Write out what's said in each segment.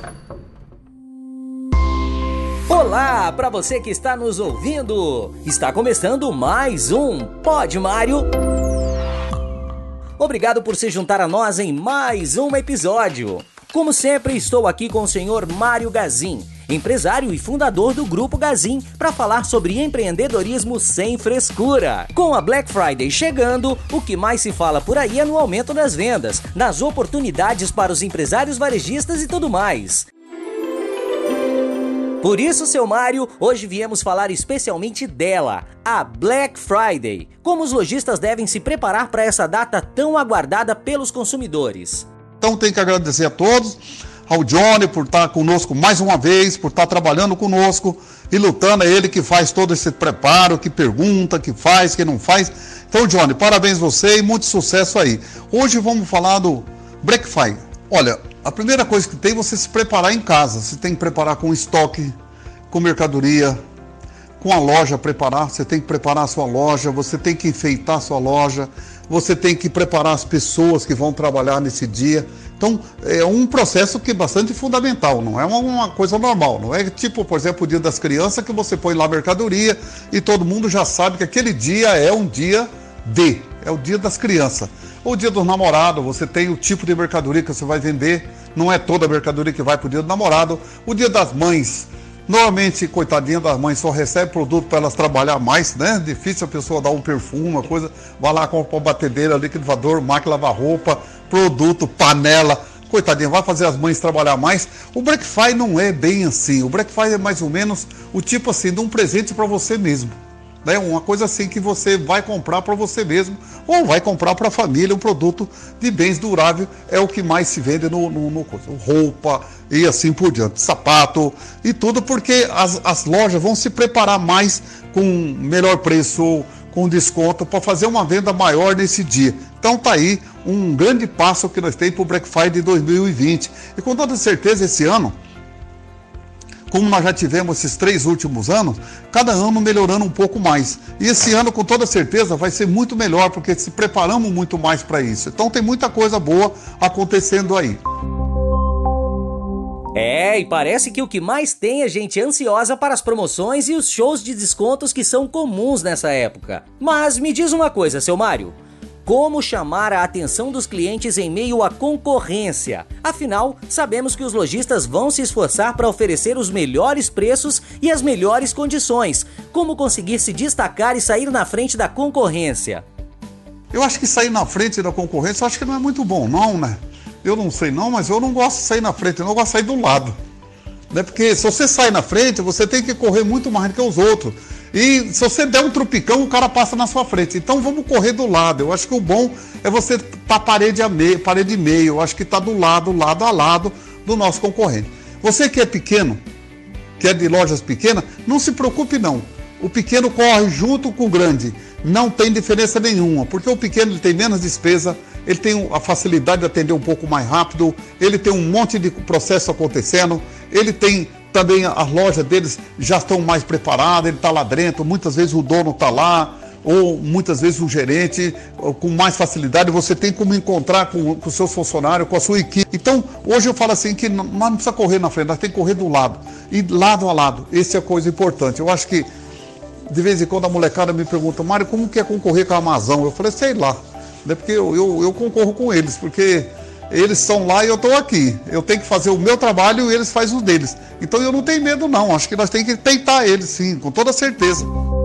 Olá, para você que está nos ouvindo. Está começando mais um Pod Mário. Obrigado por se juntar a nós em mais um episódio. Como sempre, estou aqui com o senhor Mário Gazin, empresário e fundador do Grupo Gazin, para falar sobre empreendedorismo sem frescura. Com a Black Friday chegando, o que mais se fala por aí é no aumento das vendas, nas oportunidades para os empresários varejistas e tudo mais. Por isso, seu Mário, hoje viemos falar especialmente dela, a Black Friday. Como os lojistas devem se preparar para essa data tão aguardada pelos consumidores. Então tem que agradecer a todos, ao Johnny por estar conosco mais uma vez, por estar trabalhando conosco e lutando. É ele que faz todo esse preparo, que pergunta, que faz, que não faz. Então, Johnny, parabéns você e muito sucesso aí. Hoje vamos falar do Black Friday. Olha, a primeira coisa que tem é você se preparar em casa. Você tem que preparar com estoque, com mercadoria, com a loja preparar. Você tem que preparar a sua loja, você tem que enfeitar a sua loja, você tem que preparar as pessoas que vão trabalhar nesse dia. Então, é um processo que é bastante fundamental, não é uma coisa normal. Não é tipo, por exemplo, o Dia das Crianças, que você põe lá a mercadoria e todo mundo já sabe que aquele dia é um dia é o Dia das Crianças. Ou o Dia dos Namorados, você tem o tipo de mercadoria que você vai vender, não é toda a mercadoria que vai para o Dia do Namorado. O Dia das Mães, normalmente, coitadinha das mães, só recebe produto para elas trabalhar mais, né? Difícil a pessoa dar um perfume, uma coisa, vai lá, compra uma batedeira, liquidificador, máquina de lavar roupa, produto, panela. Coitadinha, vai fazer as mães trabalhar mais. O Black Friday não é bem assim. O Black Friday é mais ou menos o tipo assim, de um presente para você mesmo. Né? Uma coisa assim que você vai comprar para você mesmo ou vai comprar para a família. Um produto de bens duráveis é o que mais se vende no roupa e assim por diante, sapato e tudo, porque as lojas vão se preparar mais com melhor preço, com desconto, para fazer uma venda maior nesse dia. Então tá aí um grande passo que nós temos para o Black Friday de 2020. E com toda certeza esse ano, como nós já tivemos esses 3 últimos anos, cada ano melhorando um pouco mais. E esse ano, com toda certeza, vai ser muito melhor, porque se preparamos muito mais para isso. Então tem muita coisa boa acontecendo aí. E parece que o que mais tem é gente ansiosa para as promoções e os shows de descontos que são comuns nessa época. Mas me diz uma coisa, seu Mário. Como chamar a atenção dos clientes em meio à concorrência? Afinal, sabemos que os lojistas vão se esforçar para oferecer os melhores preços e as melhores condições. Como conseguir se destacar e sair na frente da concorrência? Eu acho que sair na frente da concorrência, eu acho que não é muito bom, não, né? Eu não sei não, mas eu não gosto de sair na frente, eu não gosto de sair do lado. Né? Porque se você sair na frente, você tem que correr muito mais do que os outros. E se você der um tropicão, o cara passa na sua frente. Então vamos correr do lado. Eu acho que o bom é você estar parede e meio. Eu acho que está do lado a lado do nosso concorrente. Você que é pequeno, que é de lojas pequenas, não se preocupe não. O pequeno corre junto com o grande. Não tem diferença nenhuma, porque o pequeno ele tem menos despesa, ele tem a facilidade de atender um pouco mais rápido, ele tem um monte de processo acontecendo, ele tem também as lojas deles já estão mais preparadas, ele está lá dentro, muitas vezes o dono está lá, ou muitas vezes o gerente, com mais facilidade, você tem como encontrar com os seus funcionários, com a sua equipe. Então, hoje eu falo assim que nós não precisa correr na frente, nós temos que correr do lado, e lado a lado, essa é a coisa importante. Eu acho que, de vez em quando a molecada me pergunta, Mário, como que é concorrer com a Amazon? Eu falei, sei lá, né? Porque eu concorro com eles, porque eles estão lá e eu estou aqui. Eu tenho que fazer o meu trabalho e eles fazem o deles. Então eu não tenho medo não, acho que nós temos que tentar eles sim, com toda certeza.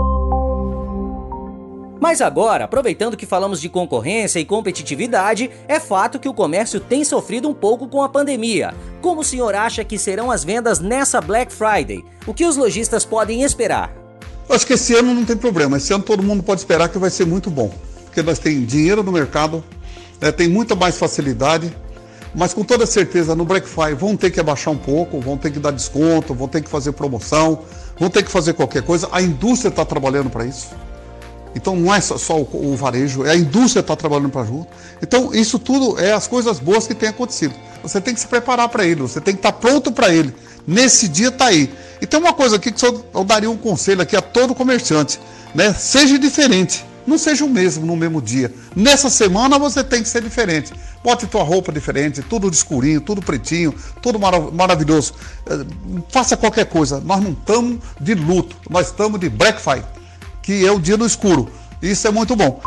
Mas agora, aproveitando que falamos de concorrência e competitividade, é fato que o comércio tem sofrido um pouco com a pandemia. Como o senhor acha que serão as vendas nessa Black Friday? O que os lojistas podem esperar? Eu acho que esse ano não tem problema, esse ano todo mundo pode esperar que vai ser muito bom. Porque nós temos dinheiro no mercado, tem muita mais facilidade, mas com toda certeza no Black Friday vão ter que abaixar um pouco, vão ter que dar desconto, vão ter que fazer promoção, vão ter que fazer qualquer coisa. A indústria está trabalhando para isso. Então não é só o varejo, é a indústria que está trabalhando para junto. Então isso tudo é as coisas boas que têm acontecido. Você tem que se preparar para ele, você tem que estar pronto para ele. Nesse dia está aí. E tem uma coisa aqui que eu daria um conselho aqui a todo comerciante, né? Seja diferente. não seja o mesmo no mesmo dia. Nessa semana você tem que ser diferente. Bote tua roupa diferente, tudo de escurinho, tudo pretinho, tudo maravilhoso. Faça qualquer coisa. Nós não estamos de luto, nós estamos de Black Friday, que é o dia no escuro. Isso é muito bom.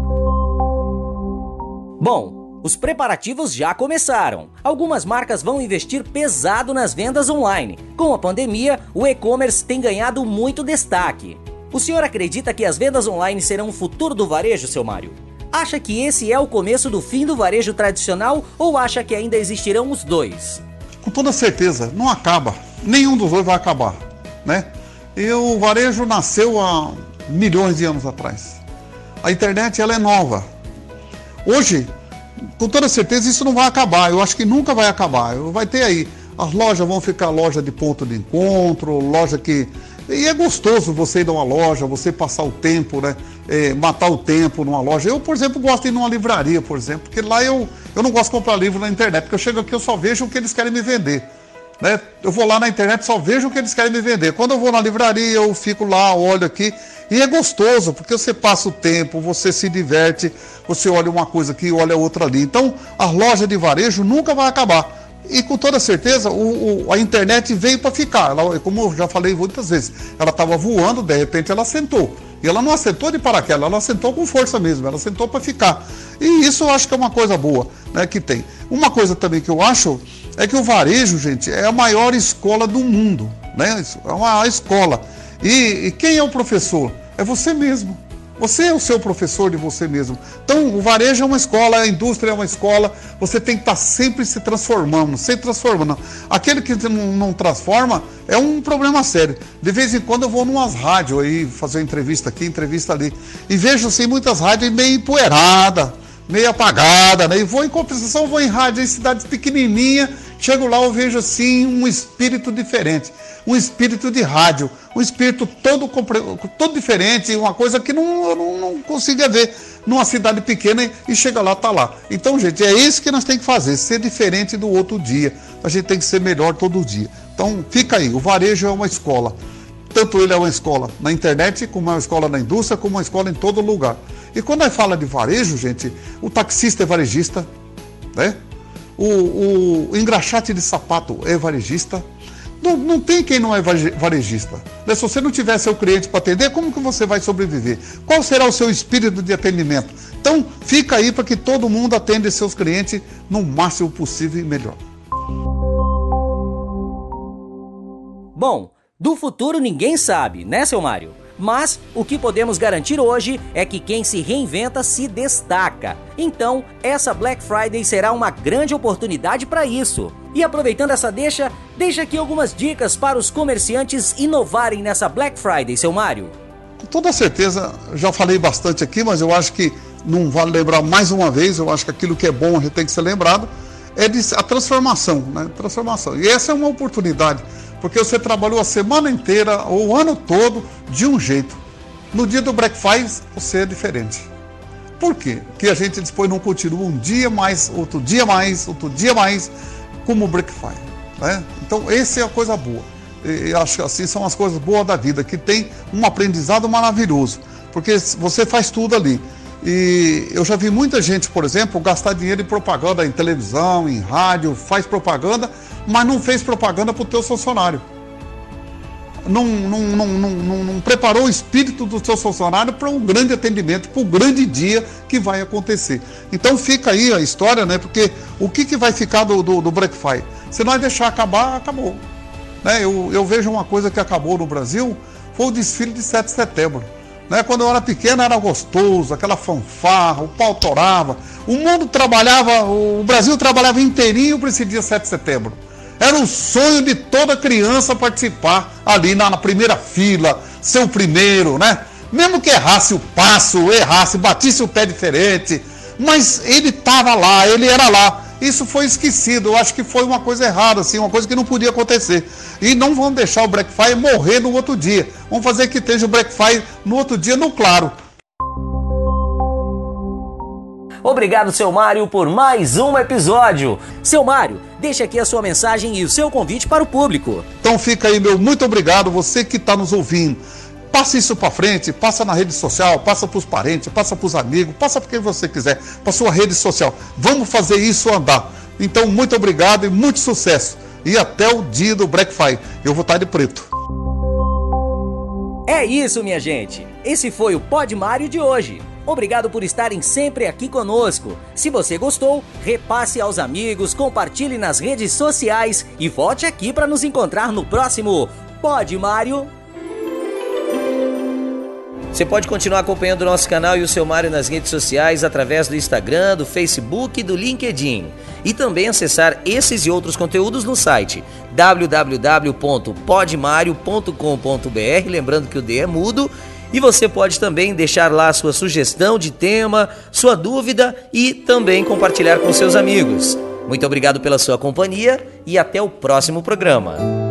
Bom, os preparativos já começaram. Algumas marcas vão investir pesado nas vendas online. Com a pandemia, o e-commerce tem ganhado muito destaque. O senhor acredita que as vendas online serão o futuro do varejo, seu Mário? Acha que esse é o começo do fim do varejo tradicional ou acha que ainda existirão os dois? Com toda certeza, não acaba. Nenhum dos dois vai acabar, né? E o varejo nasceu há milhões de anos atrás. A internet, ela é nova. Hoje, com toda certeza, isso não vai acabar. Eu acho que nunca vai acabar. Vai ter aí, as lojas vão ficar loja de ponto de encontro, loja que... E é gostoso você ir numa loja, você passar o tempo, né? Matar o tempo numa loja. Eu, por exemplo, gosto de ir numa livraria, por exemplo, porque lá eu não gosto de comprar livro na internet, porque eu chego aqui eu só vejo o que eles querem me vender. Né? Eu vou lá na internet só vejo o que eles querem me vender. Quando eu vou na livraria, eu fico lá, olho aqui, e é gostoso, porque você passa o tempo, você se diverte, você olha uma coisa aqui, olha outra ali. Então, a loja de varejo nunca vai acabar. E com toda certeza, a internet veio para ficar. Ela, como eu já falei muitas vezes, ela estava voando, de repente ela assentou. E ela não assentou de paraquedas, ela assentou com força mesmo, ela assentou para ficar. E isso eu acho que é uma coisa boa, né, que tem. Uma coisa também que eu acho é que o varejo, gente, é a maior escola do mundo, né? É uma escola. E quem é o professor? É você mesmo. Você é o seu professor de você mesmo. Então, o varejo é uma escola, a indústria é uma escola, você tem que estar sempre se transformando, sempre transformando. Aquele que não transforma é um problema sério. De vez em quando eu vou numas rádios aí, fazer entrevista aqui, entrevista ali, e vejo assim muitas rádios meio empoeiradas, meio apagada, né? E vou em compensação, vou em rádio em cidades pequenininhas, chego lá eu vejo assim um espírito diferente, um espírito de rádio, um espírito todo diferente, uma coisa que eu não conseguia ver numa cidade pequena e chega lá, tá lá. Então, gente, é isso que nós temos que fazer, ser diferente do outro dia. A gente tem que ser melhor todo dia. Então, fica aí, o varejo é uma escola. Tanto ele é uma escola na internet, como é uma escola na indústria, como uma escola em todo lugar. E quando a gente fala de varejo, gente, o taxista é varejista, né? O engraxate de sapato é varejista. Não tem quem não é varejista. Se você não tiver seu cliente para atender, como que você vai sobreviver? Qual será o seu espírito de atendimento? Então, fica aí para que todo mundo atenda seus clientes no máximo possível e melhor. Bom, do futuro ninguém sabe, né, seu Mário? Mas o que podemos garantir hoje é que quem se reinventa se destaca. Então, essa Black Friday será uma grande oportunidade para isso. E aproveitando essa deixa aqui algumas dicas para os comerciantes inovarem nessa Black Friday, seu Mário. Com toda certeza, já falei bastante aqui, mas eu acho que não vale lembrar mais uma vez, eu acho que aquilo que é bom a gente tem que ser lembrado, é a transformação, né? Transformação. E essa é uma oportunidade, porque você trabalhou a semana inteira, ou o ano todo, de um jeito. No dia do Black Friday, você é diferente. Por quê? Porque a gente depois não continua um dia mais, outro dia mais, outro dia mais, como o Black Friday, né? Então, essa é a coisa boa. E acho que assim são as coisas boas da vida, que tem um aprendizado maravilhoso, porque você faz tudo ali. E eu já vi muita gente, por exemplo, gastar dinheiro em propaganda em televisão, em rádio, faz propaganda, mas não fez propaganda para o teu funcionário. Não preparou o espírito do seu funcionário para um grande atendimento, para o grande dia que vai acontecer. Então fica aí a história, né? Porque o que vai ficar do Black Friday? Se nós deixar acabar, acabou. Né? Eu vejo uma coisa que acabou no Brasil, foi o desfile de 7 de setembro. Né? Quando eu era pequeno era gostoso, aquela fanfarra, o pau torava. O mundo trabalhava, o Brasil trabalhava inteirinho para esse dia 7 de setembro. Era um sonho de toda criança participar ali na primeira fila, ser o primeiro, né? Mesmo que errasse o passo, errasse, batisse o pé diferente, mas ele estava lá, ele era lá. Isso foi esquecido, eu acho que foi uma coisa errada, assim, uma coisa que não podia acontecer. E não vamos deixar o Black Friday morrer no outro dia. Vamos fazer que esteja o Black Friday no outro dia no claro. Obrigado, seu Mário, por mais um episódio. Seu Mário, deixa aqui a sua mensagem e o seu convite para o público. Então fica aí meu muito obrigado, você que está nos ouvindo. passe isso para frente, passa na rede social, passa para os parentes, passa para os amigos, passa para quem você quiser, para sua rede social. Vamos fazer isso andar. Então, muito obrigado e muito sucesso. E até o dia do Black Friday. Eu vou estar de preto. É isso, minha gente. Esse foi o Pod Mário de hoje. Obrigado por estarem sempre aqui conosco. Se você gostou, repasse aos amigos, compartilhe nas redes sociais e volte aqui para nos encontrar no próximo Pod Mário. Você pode continuar acompanhando o nosso canal e o seu Mário nas redes sociais através do Instagram, do Facebook e do LinkedIn. E também acessar esses e outros conteúdos no site www.podmario.com.br, lembrando que o D é mudo. E você pode também deixar lá a sua sugestão de tema, sua dúvida e também compartilhar com seus amigos. Muito obrigado pela sua companhia e até o próximo programa.